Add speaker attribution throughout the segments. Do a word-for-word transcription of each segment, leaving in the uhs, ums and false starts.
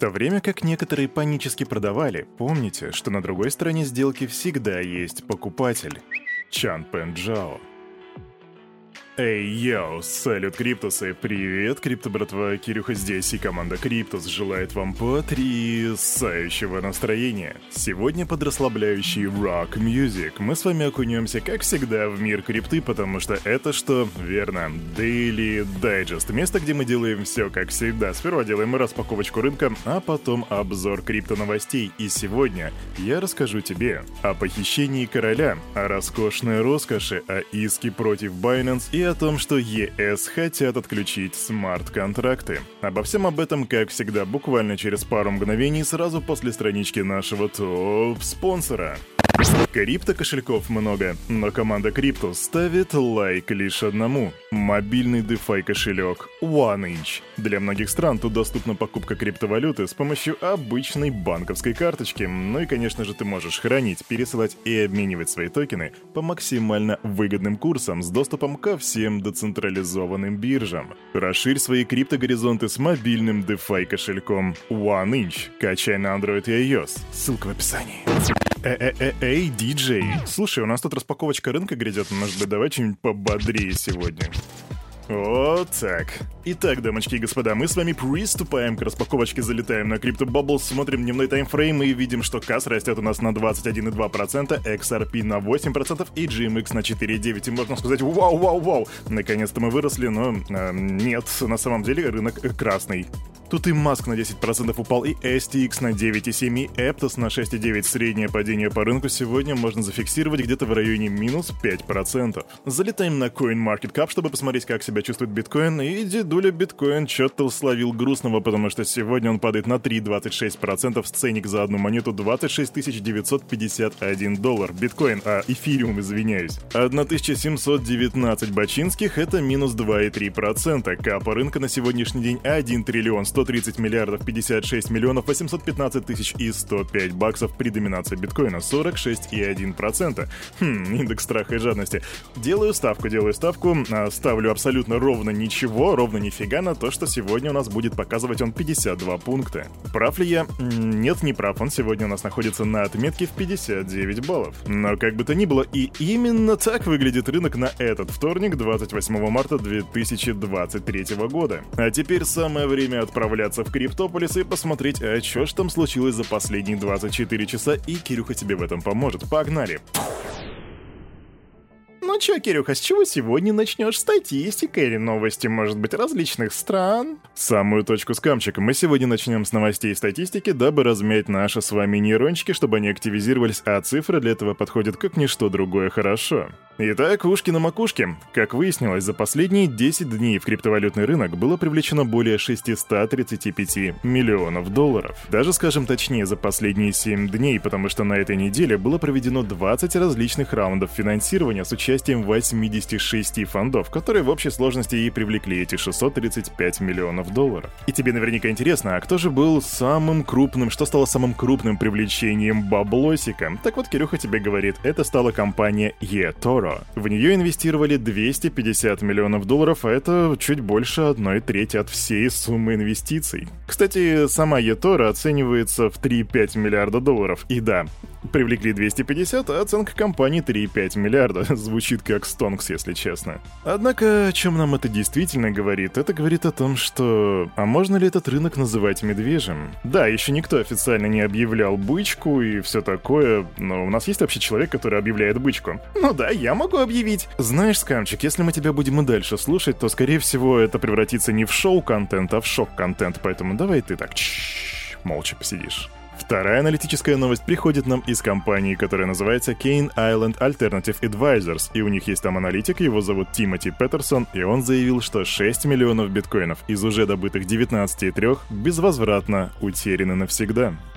Speaker 1: то время как некоторые панически продавали, помните, что на другой стороне сделки всегда есть покупатель. Чан Пен Джао. Эй, йоу, салют, Криптусы, привет, Крипто братва, Кирюха здесь, и команда Криптус желает вам потрясающего настроения. Сегодня под расслабляющий рок-мьюзик мы с вами окунемся, как всегда, в мир крипты, потому что это что? Верно, Daily Digest, место, где мы делаем все как всегда. Сперва делаем распаковочку рынка, а потом обзор крипто-новостей. И сегодня я расскажу тебе о похищении короля, о роскошной роскоши, о иске против Binance и о том, что ЕС хотят отключить смарт-контракты. Обо всем об этом, как всегда, буквально через пару мгновений, сразу после странички нашего топ-спонсора. Крипто-кошельков много, но команда Криптус ставит лайк лишь одному – мобильный DeFi кошелек OneInch. Для многих стран тут доступна покупка криптовалюты с помощью обычной банковской карточки. Ну и, конечно же, ты можешь хранить, пересылать и обменивать свои токены по максимально выгодным курсам с доступом ко всем децентрализованным биржам. Расширь свои криптогоризонты с мобильным DeFi кошельком OneInch. Качай на Android и iOS. Ссылка в описании. Эй, диджей, слушай, у нас тут распаковочка рынка грядет, может быть, давай что-нибудь пободрее сегодня. Вот так. Итак, дамочки и господа, мы с вами приступаем к распаковочке, залетаем на Crypto Bubble, смотрим дневной таймфрейм и видим, что кас растет у нас на двадцать один и два десятых процента, икс ар пи на восемь процентов и джи эм экс на четыре и девять процентов. И можно сказать, вау-вау-вау, наконец-то мы выросли, но э, нет, на самом деле рынок красный. Тут и Маск на десять процентов упал, и эс ти экс на девять и семь процентов, и Aptos на шесть и девять процентов. Среднее падение по рынку сегодня можно зафиксировать где-то в районе минус пять процентов. Залетаем на CoinMarketCap, чтобы посмотреть, как себя чувствует биткоин, и дедуля биткоин что-то словил грустного, потому что сегодня он падает на три целых двадцать шесть сотых процента, ценник за одну монету двадцать шесть тысяч девятьсот пятьдесят один доллар. Биткоин, а эфириум, извиняюсь. тысяча семьсот девятнадцать бачинских, это минус два целых три десятых процента. Капа рынка на сегодняшний день один триллион сто тридцать миллиардов пятьдесят шесть миллионов восемьсот пятнадцать тысяч и сто пять баксов при доминации биткоина сорок шесть целых одна десятая процента. Хм, индекс страха и жадности. Делаю ставку, делаю ставку, ставлю абсолютно ровно ничего, ровно нифига на то, что сегодня у нас будет показывать он пятьдесят два пункта. Прав ли я? Нет, не прав, он сегодня у нас находится на отметке в пятьдесят девять баллов. Но как бы то ни было, и именно так выглядит рынок на этот вторник, двадцать восьмого марта две тысячи двадцать третьего года. А теперь самое время отправляться в Криптополис и посмотреть, а что ж там случилось за последние двадцать четыре часа, и Кирюха тебе в этом поможет. Погнали! Ну чё, Кирюха, с чего сегодня начнешь? Статистика или новости, может быть, различных стран? Самую точку с камчиком. Мы сегодня начнем с новостей и статистики, дабы размять наши с вами нейрончики, чтобы они активизировались, а цифры для этого подходят как ничто другое хорошо. Итак, ушки на макушке. Как выяснилось, за последние десять дней в криптовалютный рынок было привлечено более шестьсот тридцать пять миллионов долларов. Даже, скажем точнее, за последние семь дней, потому что на этой неделе было проведено двадцать различных раундов финансирования с участием восемьдесят шесть фондов, которые в общей сложности и привлекли эти шестьсот тридцать пять миллионов долларов. И тебе наверняка интересно, а кто же был самым крупным, что стало самым крупным привлечением баблосика? Так вот, Кирюха тебе говорит, это стала компания eToro. В нее инвестировали двести пятьдесят миллионов долларов, а это чуть больше одной трети от всей суммы инвестиций. Кстати, сама eToro оценивается в три целых пять десятых миллиарда долларов. И да, привлекли двести пятьдесят, а оценка компании три целых пять десятых миллиарда. Звучит как стонкс, если честно. Однако, о чем нам это действительно говорит? Это говорит о том, что... А можно ли этот рынок называть медвежьим? Да, еще никто официально не объявлял бычку и все такое, но у нас есть вообще человек, который объявляет бычку. Ну да, я могу объявить. Знаешь, Скамчик, если мы тебя будем и дальше слушать, то, скорее всего, это превратится не в шоу-контент, а в шок-контент, поэтому давай ты так молча посидишь. Вторая аналитическая новость приходит нам из компании, которая называется Cane Island Alternative Advisors, и у них есть там аналитик, его зовут Тимоти Петерсон, и он заявил, что шесть миллионов биткоинов из уже добытых девятнадцати целых три десятых безвозвратно утеряны навсегда.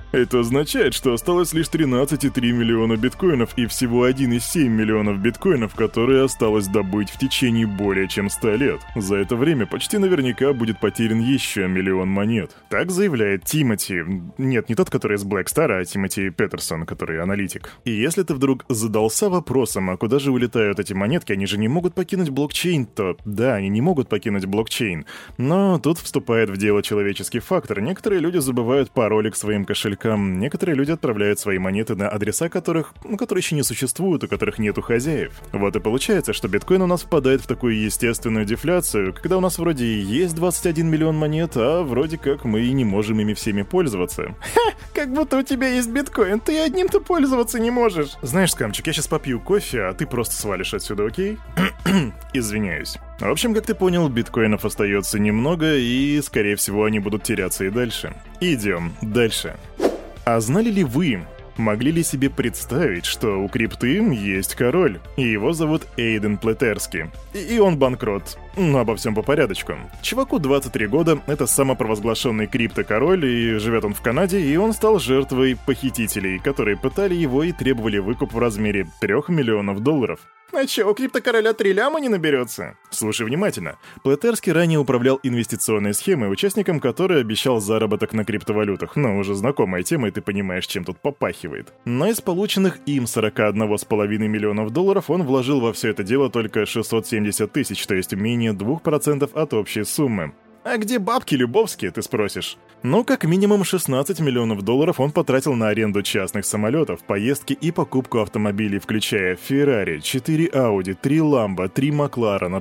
Speaker 1: Это означает, что осталось лишь тринадцать целых три миллиона биткоинов и всего один целых семь миллионов биткоинов, которые осталось добыть в течение более чем ста лет. За это время почти наверняка будет потерян еще миллион монет. Так заявляет Тимоти. Нет, не тот, который из Blackstar, а Тимоти Петерсон, который аналитик. И если ты вдруг задался вопросом, а куда же улетают эти монетки, они же не могут покинуть блокчейн, то да, они не могут покинуть блокчейн. Но тут вступает в дело человеческий фактор. Некоторые люди забывают пароли к своим кошелькам. Некоторые люди отправляют свои монеты на адреса, которых, ну, которые еще не существуют, у которых нету хозяев. Вот и получается, что биткоин у нас впадает в такую естественную дефляцию, когда у нас вроде и есть двадцать один миллион монет, а вроде как мы и не можем ими всеми пользоваться. Ха! Как будто у тебя есть биткоин, ты одним-то пользоваться не можешь. Знаешь, Скамчик, я сейчас попью кофе, а ты просто свалишь отсюда, окей? Извиняюсь. В общем, как ты понял, биткоинов остается немного, и, скорее всего, они будут теряться и дальше. Идем дальше. А знали ли вы, могли ли себе представить, что у крипты есть король, и его зовут Эйден Плетерский, и, и он банкрот? Ну, обо всем по порядочку. Чуваку двадцать три года, это самопровозглашенный криптокороль, и живет он в Канаде, и он стал жертвой похитителей, которые пытали его и требовали выкуп в размере трёх миллионов долларов. А чё, у криптокороля три ляма не наберется? Слушай внимательно. Плетерский ранее управлял инвестиционной схемой, участником которой обещал заработок на криптовалютах. Ну, уже знакомая тема, и ты понимаешь, чем тут попахивает. Но из полученных им сорок один с половиной миллионов долларов он вложил во все это дело только шестьсот семьдесят тысяч, то есть менее двух процентов от общей суммы. А где бабки Любовские, ты спросишь? Ну, как минимум шестнадцать миллионов долларов он потратил на аренду частных самолетов, поездки и покупку автомобилей, включая Ferrari, четыре Audi, три Lambo, три McLaren,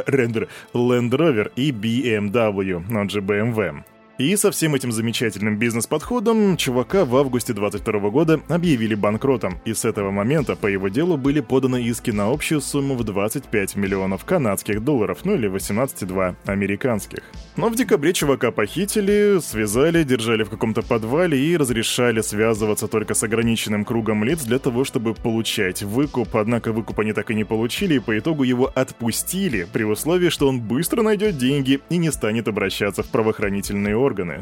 Speaker 1: Land Rover и би эм дабл ю, он же бэ эм вэ. И со всем этим замечательным бизнес-подходом чувака в августе двадцать второго года объявили банкротом, и с этого момента по его делу были поданы иски на общую сумму в двадцать пять миллионов канадских долларов, ну или восемнадцать целых два американских. Но в декабре чувака похитили, связали, держали в каком-то подвале и разрешали связываться только с ограниченным кругом лиц для того, чтобы получать выкуп, однако выкуп они так и не получили, и по итогу его отпустили, при условии, что он быстро найдет деньги и не станет обращаться в правоохранительные органы. органы.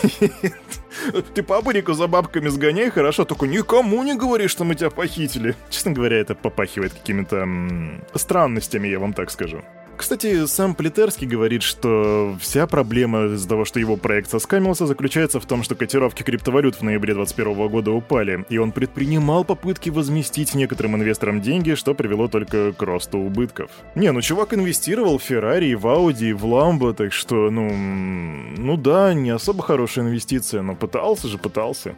Speaker 1: Ты по Абурику за бабками сгоняй, хорошо, только никому не говори, что мы тебя похитили. Честно говоря, это попахивает какими-то м- странностями, я вам так скажу. Кстати, сам Плетерский говорит, что вся проблема из-за того, что его проект соскамился, заключается в том, что котировки криптовалют в ноябре двадцать первого года упали, и он предпринимал попытки возместить некоторым инвесторам деньги, что привело только к росту убытков. Не, ну чувак инвестировал в Ferrari, в Audi, в Lambo, так что, ну... Ну да, не особо хорошая инвестиция, но пытался же, пытался.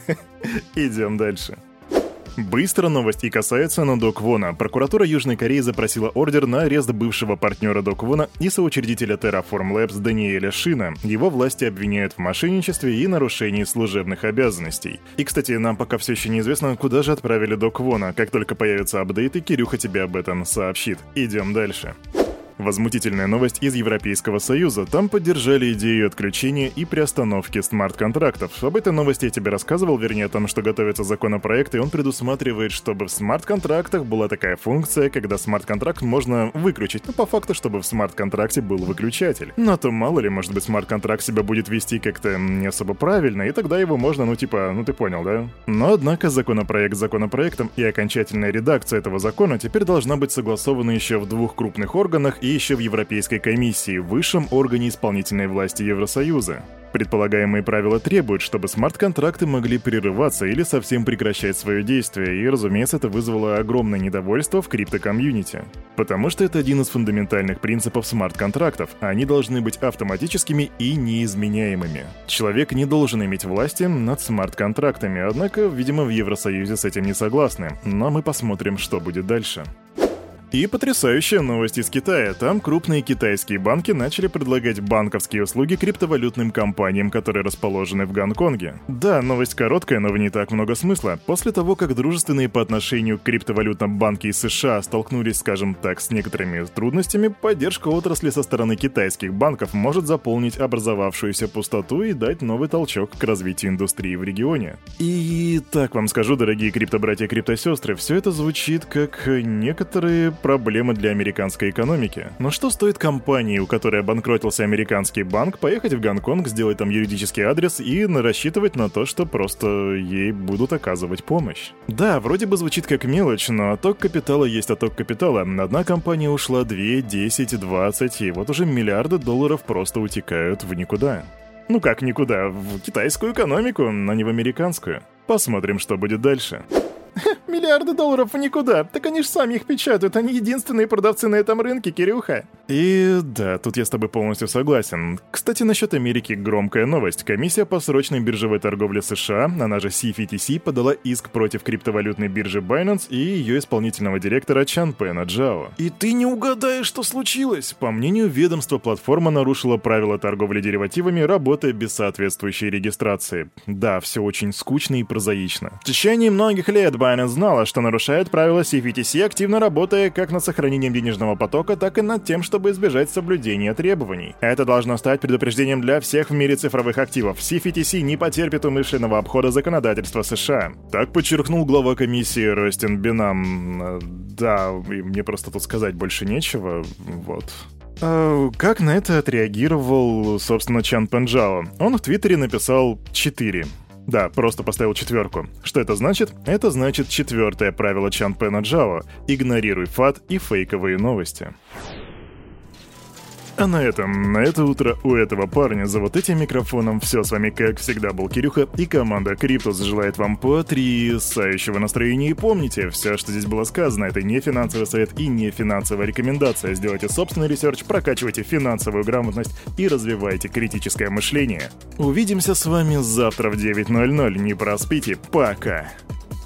Speaker 1: Идем дальше. Быстро новость, и касается она До Квона. Прокуратура Южной Кореи запросила ордер на арест бывшего партнера До Квона и соучредителя Terraform Labs Даниэля Шина. Его власти обвиняют в мошенничестве и нарушении служебных обязанностей. И, кстати, нам пока все еще неизвестно, куда же отправили До Квона. Как только появятся апдейты, Кирюха тебе об этом сообщит. Идем дальше. Возмутительная новость из Европейского Союза. Там поддержали идею отключения и приостановки смарт-контрактов. Об этой новости я тебе рассказывал, вернее о том, что готовится законопроект, и он предусматривает, чтобы в смарт-контрактах была такая функция, когда смарт-контракт можно выключить. Ну, по факту, чтобы в смарт-контракте был выключатель. Но то мало ли, может быть, смарт-контракт себя будет вести как-то не особо правильно, и тогда его можно, ну типа, ну ты понял, да? Но однако законопроект законопроектом, и окончательная редакция этого закона теперь должна быть согласована еще в двух крупных органах и еще в Европейской комиссии, высшем органе исполнительной власти Евросоюза. Предполагаемые правила требуют, чтобы смарт-контракты могли прерываться или совсем прекращать свое действие, и, разумеется, это вызвало огромное недовольство в крипто-комьюнити. Потому что это один из фундаментальных принципов смарт-контрактов, они должны быть автоматическими и неизменяемыми. Человек не должен иметь власти над смарт-контрактами, однако, видимо, в Евросоюзе с этим не согласны, но мы посмотрим, что будет дальше. И потрясающая новость из Китая. Там крупные китайские банки начали предлагать банковские услуги криптовалютным компаниям, которые расположены в Гонконге. Да, новость короткая, но в ней так много смысла. После того, как дружественные по отношению к криптовалютам банки из США столкнулись, скажем так, с некоторыми трудностями, поддержка отрасли со стороны китайских банков может заполнить образовавшуюся пустоту и дать новый толчок к развитию индустрии в регионе. И так вам скажу, дорогие криптобратья и криптосестры, все это звучит как некоторые проблемы для американской экономики. Но что стоит компании, у которой обанкротился американский банк, поехать в Гонконг, сделать там юридический адрес и рассчитывать на то, что просто ей будут оказывать помощь? Да, вроде бы звучит как мелочь, но отток капитала есть отток капитала. Одна компания ушла, две, десять, двадцать, и вот уже миллиарды долларов просто утекают в никуда. Ну как никуда, в китайскую экономику, а не в американскую. Посмотрим, что будет дальше. Миллиарды долларов в никуда. Так они ж сами их печатают, они единственные продавцы на этом рынке, Кирюха. И да, тут я с тобой полностью согласен. Кстати, насчет Америки громкая новость. Комиссия по срочной биржевой торговле США, она же си эф ти си, подала иск против криптовалютной биржи Binance и ее исполнительного директора Чанпэна Джао. И ты не угадаешь, что случилось. По мнению ведомства, платформа нарушила правила торговли деривативами, работая без соответствующей регистрации. Да, все очень скучно и прозаично. В течение многих лет Binance знала, что нарушает правила си эф ти си, активно работая как над сохранением денежного потока, так и над тем, чтобы избежать соблюдения требований. Это должно стать предупреждением для всех в мире цифровых активов. си эф ти си не потерпит умышленного обхода законодательства США. Так подчеркнул глава комиссии Ростин Бинам. Да, и мне просто тут сказать больше нечего, вот. А как на это отреагировал, собственно, Чанпэн Джао? Он в Твиттере написал четыре. Да, просто поставил четверку. Что это значит? Это значит четвертое правило Чанпэна Джао. Игнорируй фат и фейковые новости. А на этом, на это утро у этого парня за вот этим микрофоном все. С вами, как всегда, был Кирюха, и команда Криптус желает вам потрясающего настроения. И помните, все, что здесь было сказано, это не финансовый совет и не финансовая рекомендация. Сделайте собственный ресерч, прокачивайте финансовую грамотность и развивайте критическое мышление. Увидимся с вами завтра в девять ноль ноль. Не проспите. Пока!